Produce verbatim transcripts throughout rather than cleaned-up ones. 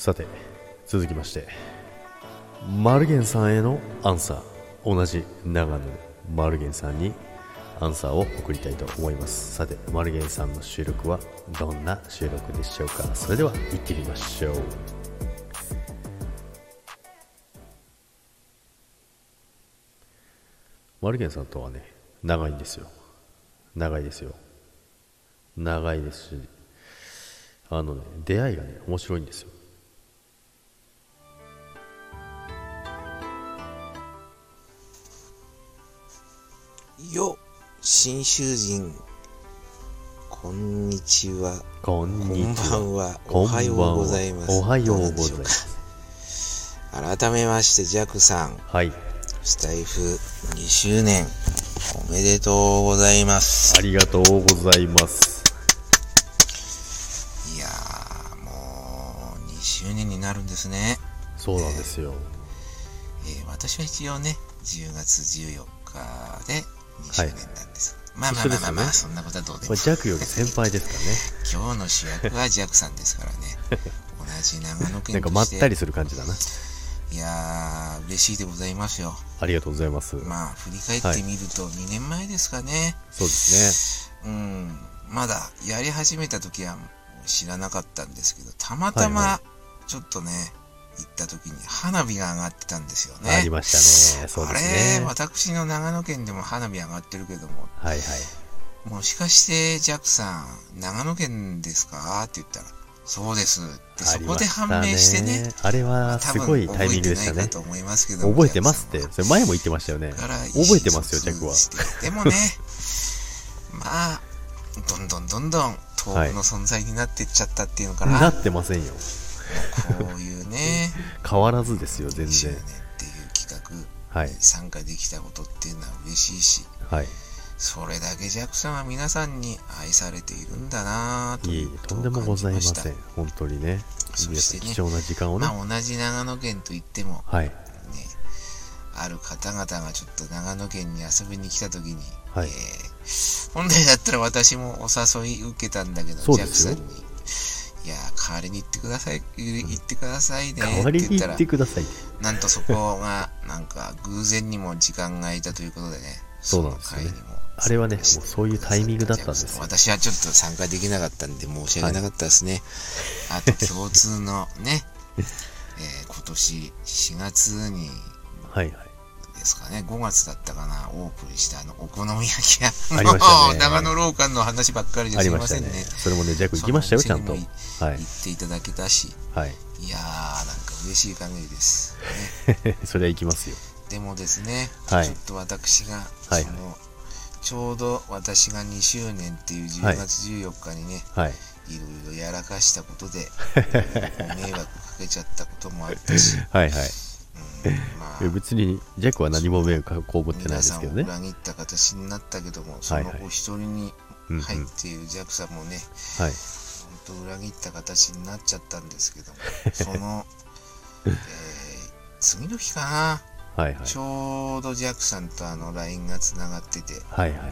さて続きまして、マルゲンさんへのアンサー、同じ長野のマルゲンさんにアンサーを送りたいと思います。さてマルゲンさんの収録はどんな収録でしょうか。それでは行ってみましょう。マルゲンさんとはね、長いんですよ。長いですよ。長いですし、あのね、出会いがね、面白いんですよ。 よ、新囚人、こんにちは、 こんにちは、 こんばんは、おはようございます。 おはようございます。 改めましてジャクさん、 はい、 スタイフにしゅうねんおめでとうございます。 ありがとうございます。 いやー、もうにしゅうねんになるんですね。 そうなんですよ。 えーえー、私は一応ね、じゅうがつじゅうよっかでにしゅうねんなんです。はい、まあまあまあまあまあ、ね、そんなことはどうでも。 これジャクより先輩ですからね。今日の主役はジャクさんですからね。同じ長野県として。 なんかまったりする感じだな。 いやー、嬉しいでございますよ。 ありがとうございます。 まあ、振り返ってみるとにねんまえですかね。 そうですね。うん。まだやり始めた時は知らなかったんですけど、たまたまちょっとね、はいはい、行った時に花火が上がってたんですよね。 ありましたね。そうですね。 あれ、私の長野県でも花火上がってるけども。 はいはい。 もしかしてジャックさん、長野県ですかって言ったら、そうですってそこで判明してね。 あれはすごいタイミングでしたね。覚えてますって。それ前も言ってましたよね。覚えてますよ、ジャックは。 でもね、まあ、どんどんどんどん東北の存在になっていっちゃったっていうのかな。 はい、なってませんよ。 こういうね、 変わらずですよ、全然。 にしゅうねんっていう企画に参加できたことっていうのは嬉しいし、 はい、 それだけジャックさんは皆さんに愛されているんだなということを感じました。 いえいえ、とんでもございません。本当にね。 そしてね、 貴重な時間をね。 まあ同じ長野県といっても、 はい、ね、 ある方々がちょっと長野県に遊びに来た時に、 はい、 えー、本来だったら私もお誘い受けたんだけど、ジャックさんに、いやー、代わりに行ってください、行ってくださいねって言ったら、代わりに行ってください。なんとそこが、なんか偶然にも時間が空いたということでね、 そうなんですよね。あれはね、もうそういうタイミングだったんですよ。 私はちょっと参加できなかったんで申し訳なかったですね。はい、あと共通のね、えー、今年しがつに、 はいはい。 ですかね、ごがつだったかな、オープンしたあのお好み焼き屋ありましたね。 長野ローカルの話ばっかりですいませんね。ねそれもね、ジャック行きましたよ、ちゃんと。はい。 行っていただけたし、はい。いやー、なんか嬉しい限りです。 ね、それは行きますよ。 でもですね、 はい、 ちょっと私が、 はい、 その、ちょうど私がにしゅうねんっていうじゅうがつじゅうよっかにね、はい、いろいろやらかしたことで、ご迷惑かけちゃったこともあったし、 はいはい。うん、まあ、別にジャックは何も迷惑被ってないですけどね。 皆さんを裏切った形になったけども、そのお一人に入っているジャックさんもね、はい、本当裏切った形になっちゃったんですけども、その、えー、次の日かな、はいはい、ちょうどジャックさんとあの ライン がつながってて、はいはいはい、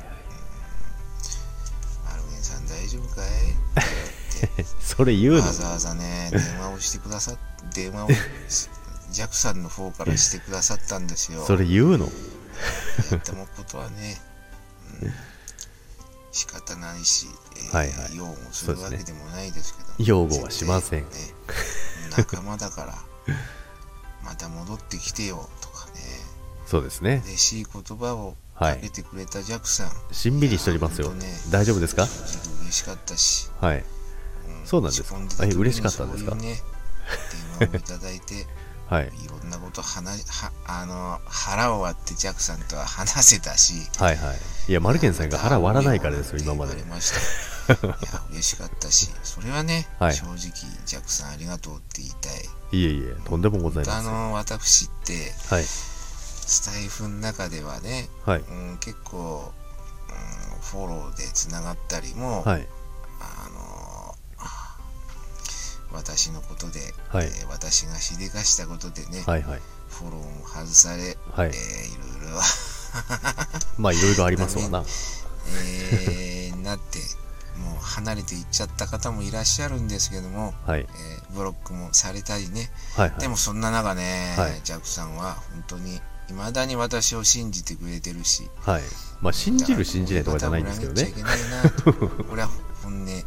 マルゲンさん大丈夫かいって言ってそれ言うのわざわざね、電話をしてくださっ電話をジャックさんの方からしてくださったんですよ。 それ言うのやったもことはね、うん、仕方ないし、えーはいはい、擁護するわけでもないですけど、 ね、擁護はしません、ね、 仲間だからまた戻ってきてよとかね、 そうですね、 嬉しい言葉をかけてくれたジャックさん、はい、 しんみりしておりますよ、ね、大丈夫ですか？ 嬉しかったし、 はい、うん、そうなんですか？え、嬉しかったんですか？ ね、電話をいただいてはい、いろんなこと話はあの腹を割ってジャックさんとは話せたし、 はいはい、いやマルケンさんが腹割らないからですよ今まで。 ましたいや嬉しかったし、それはね、はい、正直ジャックさんありがとうって言いたい。 いえいえ、とんでもございません。 あの私って、はい、スタイフの中ではね、はい、うん、結構、うん、フォローでつながったりも、はい、あの私のことで、はい、えー、私がしでかしたことでね、はいはい、フォローも外され、はい、えー、いろいろまあいろいろありますわな、 えー、なってもう離れていっちゃった方もいらっしゃるんですけども、 はい、 えー、ブロックもされたりね、 はいはい、 でもそんな中ね、 はい、 ジャクさんは本当に未だに私を信じてくれてるし、 はい、まあ信じる信じないとかじゃないんですけどね。 これは本音、えー、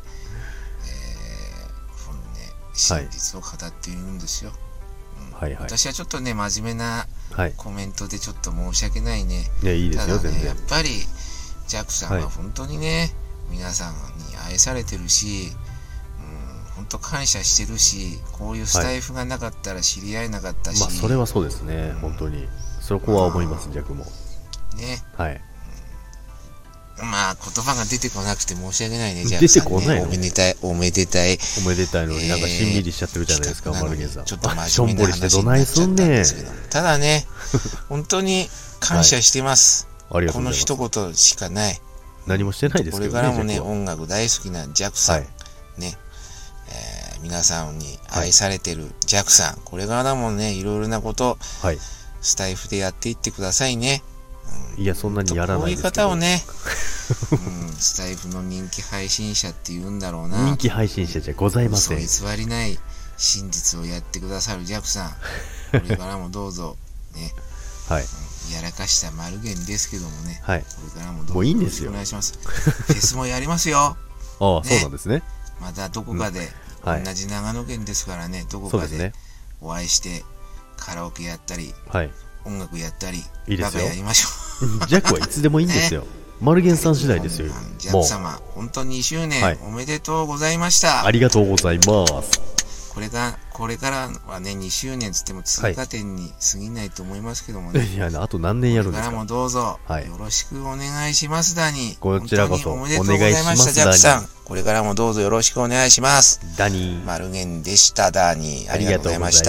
本音真実を語っているんですよ。はい、うん、はいはい、私はちょっとね真面目なコメントでちょっと申し訳ないね。 いやいいですよ、 ただね、 全然。 やっぱりジャクさんは本当にね、はい、皆さんに愛されてるし、うん、本当感謝してるし、こういうスタイフがなかったら知り合えなかったし、 はい、まあそれはそうですね、うん、本当にそこは思います、ジャクもね、 はい、 うん、まあ言葉が出てこなくて申し訳ないね、ジャクさんね。出てこないの？おめでたいおめでたいおめでたいのになんかしんみりしちゃってるじゃないですか、マルゲンさん。 ちょっと真面目な話になっちゃったんですけど、ただね本当に感謝してます、はい、この一言しかない。 何もしてないですけどね。 これからもね、音楽大好きなジャクさん、はい、ね、えー、皆さんに愛されてるジャクさん、はい、これからもね、いろいろなこと、はい、スタイフでやっていってくださいね。 うん、いや、そんなにやらないですけど。 こういう方をね、うん、スタイフの人気配信者って言うんだろうな。 人気配信者じゃございません。 嘘偽りない真実をやってくださるジャクさん、これからもどうぞね。はい。やらかしたマルゲンですけどもね、はい、これからもどうぞよろしくお願いします。フェスもやりますよ。 ああ、ね、そうなんですね。 またどこかで、うん、同じ長野県ですからね、どこかでお会いしてカラオケやったり、はい、音楽やったり、いいですよ。バカやりましょう。 ジャックはいつでもいいんですよ。ね、マルゲンさん次第ですよ。 ジャック様、本当ににしゅうねんおめでとうございました。 ありがとうございます。 これがこれからはね、にしゅうねんつっても通過点に過ぎないと思いますけどもね。はい、 いや、あと何年やるんですか。 これからもどうぞ、はい、よろしくお願いしますダニー。 こちらこそおめでとうございましたジャックさん。これからもどうぞよろしくお願いします。 ダニー。 マルゲンでしたダニー。ありがとうございました。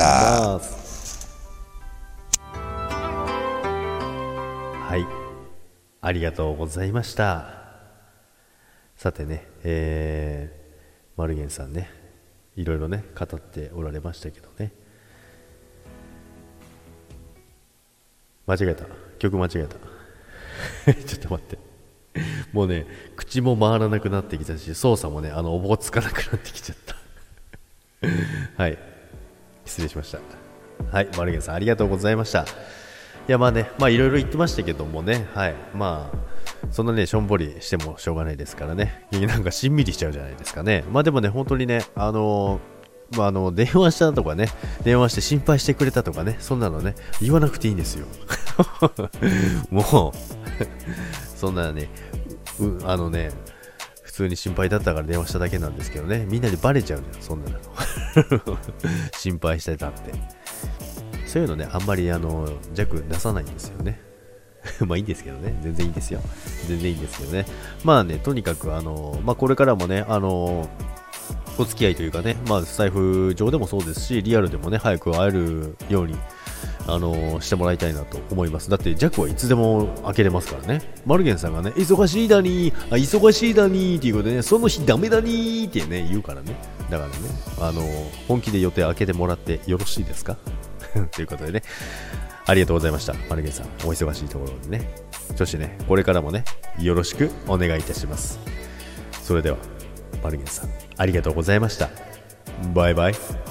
はい、ありがとうございました。さてね、えー、マルゲンさんね、いろいろね語っておられましたけどね。間違えた、曲間違えたちょっと待って、もうね口も回らなくなってきたし、操作もねあのおぼつかなくなってきちゃったはい、失礼しました。はい、マルゲンさんありがとうございました。いや、まあね、まあいろいろ言ってましたけどもね、はい、まあそんなねしょんぼりしてもしょうがないですからね、なんかしんみりしちゃうじゃないですかね。まあでもね、本当にね、あのー、まああの電話したとかね、電話して心配してくれたとかね、そんなのね言わなくていいんですよもうそんなね、うあのね普通に心配だったから電話しただけなんですけどね、みんなにバレちゃうじゃん、そんなの心配してたって。そういうのね、あんまりあの弱出さないんですよねまあいいんですけどね、全然いいんですよ、全然いいんですけどね。まあね、とにかくあの、まあ、これからもね、あのお付き合いというかね、まあ、スタイフ上でもそうですし、リアルでもね早く会えるようにあのしてもらいたいなと思います。だってジャックはいつでも開けれますからね。マルゲンさんがね、忙しいだにー、あ忙しいだにーっていうことでね、その日ダメだにーってね言うからね。だからね、あの本気で予定開けてもらってよろしいですかということでね、ありがとうございました。マルゲンさん、お忙しいところでね、そしてね、これからもねよろしくお願いいたします。それではマルゲンさん、ありがとうございました。バイバイ。